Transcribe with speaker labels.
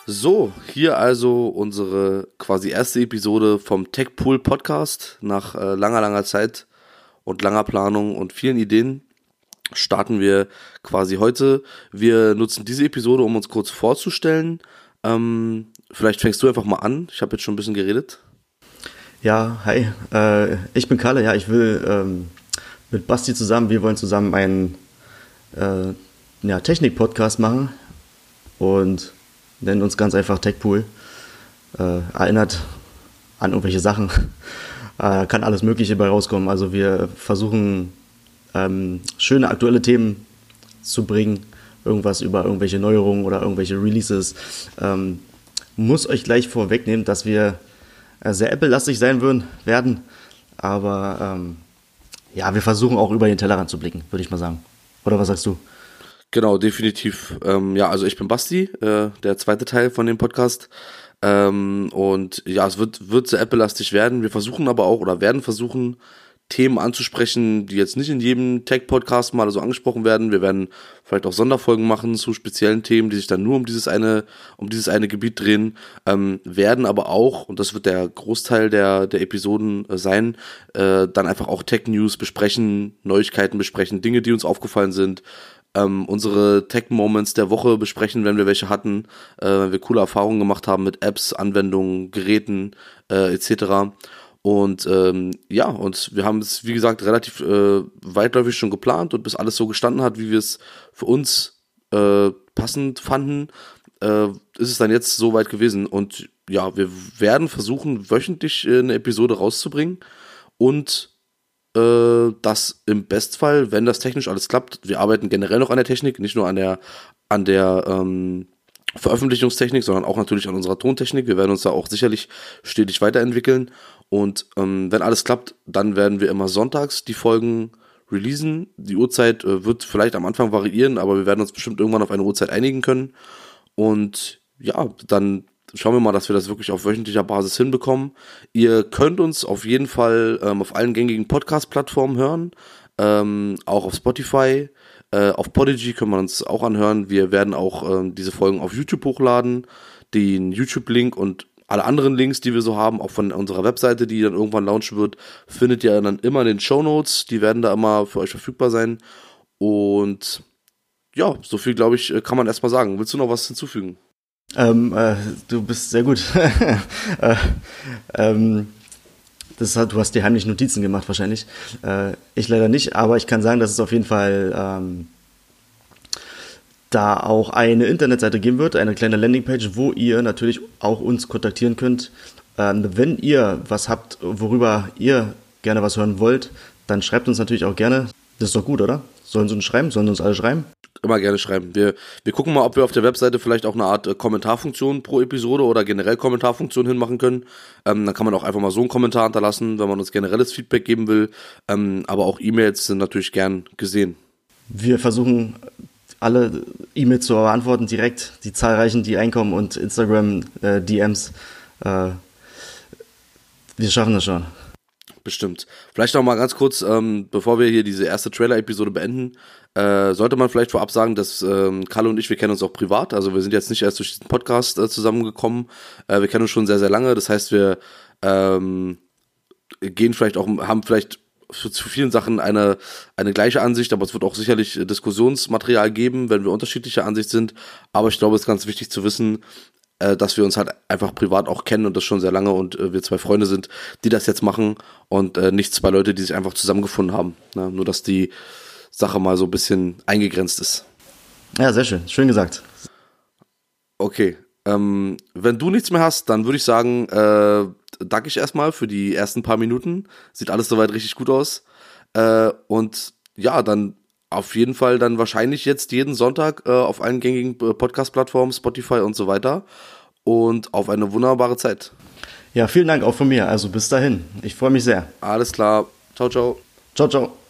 Speaker 1: So, hier also unsere quasi erste Episode vom TechPool Podcast. Nach langer Zeit und langer Planung und vielen Ideen starten wir quasi heute. Wir nutzen diese Episode, um uns kurz vorzustellen. Vielleicht fängst du einfach mal an. Ich habe jetzt schon ein bisschen geredet.
Speaker 2: Ja, hi. Ich bin Kalle. Ja, ich will mit Basti zusammen, wir wollen zusammen einen Technik-Podcast machen und nennen uns ganz einfach TechPool. Erinnert an irgendwelche Sachen. Kann alles Mögliche bei rauskommen. Also wir versuchen schöne aktuelle Themen zu bringen. Irgendwas über irgendwelche Neuerungen oder irgendwelche Releases. Muss euch gleich vorwegnehmen, dass wir sehr Apple-lastig sein werden. Aber wir versuchen auch über den Tellerrand zu blicken, würde ich mal sagen. Oder was sagst du?
Speaker 1: Genau, definitiv. Also ich bin Basti, der zweite Teil von dem Podcast. Und ja, es wird sehr Apple-lastig werden. Wir versuchen aber auch oder werden versuchen, Themen anzusprechen, die jetzt nicht in jedem Tech-Podcast mal so angesprochen werden. Wir werden vielleicht auch Sonderfolgen machen zu speziellen Themen, die sich dann nur um dieses eine Gebiet drehen, werden aber auch, und das wird der Großteil der Episoden sein, dann einfach auch Tech-News besprechen, Neuigkeiten besprechen, Dinge, die uns aufgefallen sind, unsere Tech-Moments der Woche besprechen, wenn wir welche hatten, wenn wir coole Erfahrungen gemacht haben mit Apps, Anwendungen, Geräten etc. Und und wir haben es, wie gesagt, relativ weitläufig schon geplant, und bis alles so gestanden hat, wie wir es für uns passend fanden, ist es dann jetzt so weit gewesen. Und ja, wir werden versuchen, wöchentlich eine Episode rauszubringen, und das im Bestfall, wenn das technisch alles klappt. Wir arbeiten generell noch an der Technik, nicht nur an der Veröffentlichungstechnik, sondern auch natürlich an unserer Tontechnik. Wir werden uns da auch sicherlich stetig weiterentwickeln. Und wenn alles klappt, dann werden wir immer sonntags die Folgen releasen. Die Uhrzeit wird vielleicht am Anfang variieren, aber wir werden uns bestimmt irgendwann auf eine Uhrzeit einigen können. Und ja, dann schauen wir mal, dass wir das wirklich auf wöchentlicher Basis hinbekommen. Ihr könnt uns auf jeden Fall auf allen gängigen Podcast-Plattformen hören, auch auf Spotify, auf Podigy können wir uns auch anhören. Wir werden auch diese Folgen auf YouTube hochladen, den YouTube-Link und alle anderen Links, die wir so haben, auch von unserer Webseite, die dann irgendwann launchen wird, findet ihr dann immer in den Shownotes. Die werden da immer für euch verfügbar sein. Und ja, so viel, glaube ich, kann man erstmal sagen. Willst du noch was hinzufügen?
Speaker 2: Du bist sehr gut. Du hast dir heimlich Notizen gemacht wahrscheinlich. Ich leider nicht, aber ich kann sagen, dass es auf jeden Fall da auch eine Internetseite geben wird, eine kleine Landingpage, wo ihr natürlich auch uns kontaktieren könnt. Wenn ihr was habt, worüber ihr gerne was hören wollt, dann schreibt uns natürlich auch gerne. Das ist doch gut, oder? Sollen sie uns schreiben? Sollen uns alle schreiben?
Speaker 1: Immer gerne schreiben. Wir gucken mal, ob wir auf der Webseite vielleicht auch eine Art Kommentarfunktion pro Episode oder generell Kommentarfunktion hinmachen können. Dann kann man auch einfach mal so einen Kommentar hinterlassen, wenn man uns generelles Feedback geben will. Aber auch E-Mails sind natürlich gern gesehen.
Speaker 2: Wir versuchen alle E-Mails zu beantworten direkt, die zahlreichen, die einkommen, und Instagram-DMs. Wir schaffen das schon.
Speaker 1: Bestimmt. Vielleicht noch mal ganz kurz, bevor wir hier diese erste Trailer-Episode beenden, sollte man vielleicht vorab sagen, dass Kalle und ich, wir kennen uns auch privat, also wir sind jetzt nicht erst durch diesen Podcast zusammengekommen, wir kennen uns schon sehr, sehr lange, das heißt, wir gehen vielleicht auch, haben vielleicht zu vielen Sachen eine gleiche Ansicht, aber es wird auch sicherlich Diskussionsmaterial geben, wenn wir unterschiedlicher Ansicht sind, aber ich glaube, es ist ganz wichtig zu wissen, dass wir uns halt einfach privat auch kennen, und das schon sehr lange, und wir zwei Freunde sind, die das jetzt machen, und nicht zwei Leute, die sich einfach zusammengefunden haben. Ne? Nur, dass die Sache mal so ein bisschen eingegrenzt ist.
Speaker 2: Ja, sehr schön. Schön gesagt.
Speaker 1: Okay. Wenn du nichts mehr hast, dann würde ich sagen, danke ich erstmal für die ersten paar Minuten. Sieht alles soweit richtig gut aus. Und ja, dann auf jeden Fall dann wahrscheinlich jetzt jeden Sonntag auf allen gängigen Podcast-Plattformen, Spotify und so weiter. Und auf eine wunderbare Zeit.
Speaker 2: Ja, vielen Dank auch von mir. Also bis dahin. Ich freue mich sehr.
Speaker 1: Alles klar. Ciao, ciao.
Speaker 2: Ciao, ciao.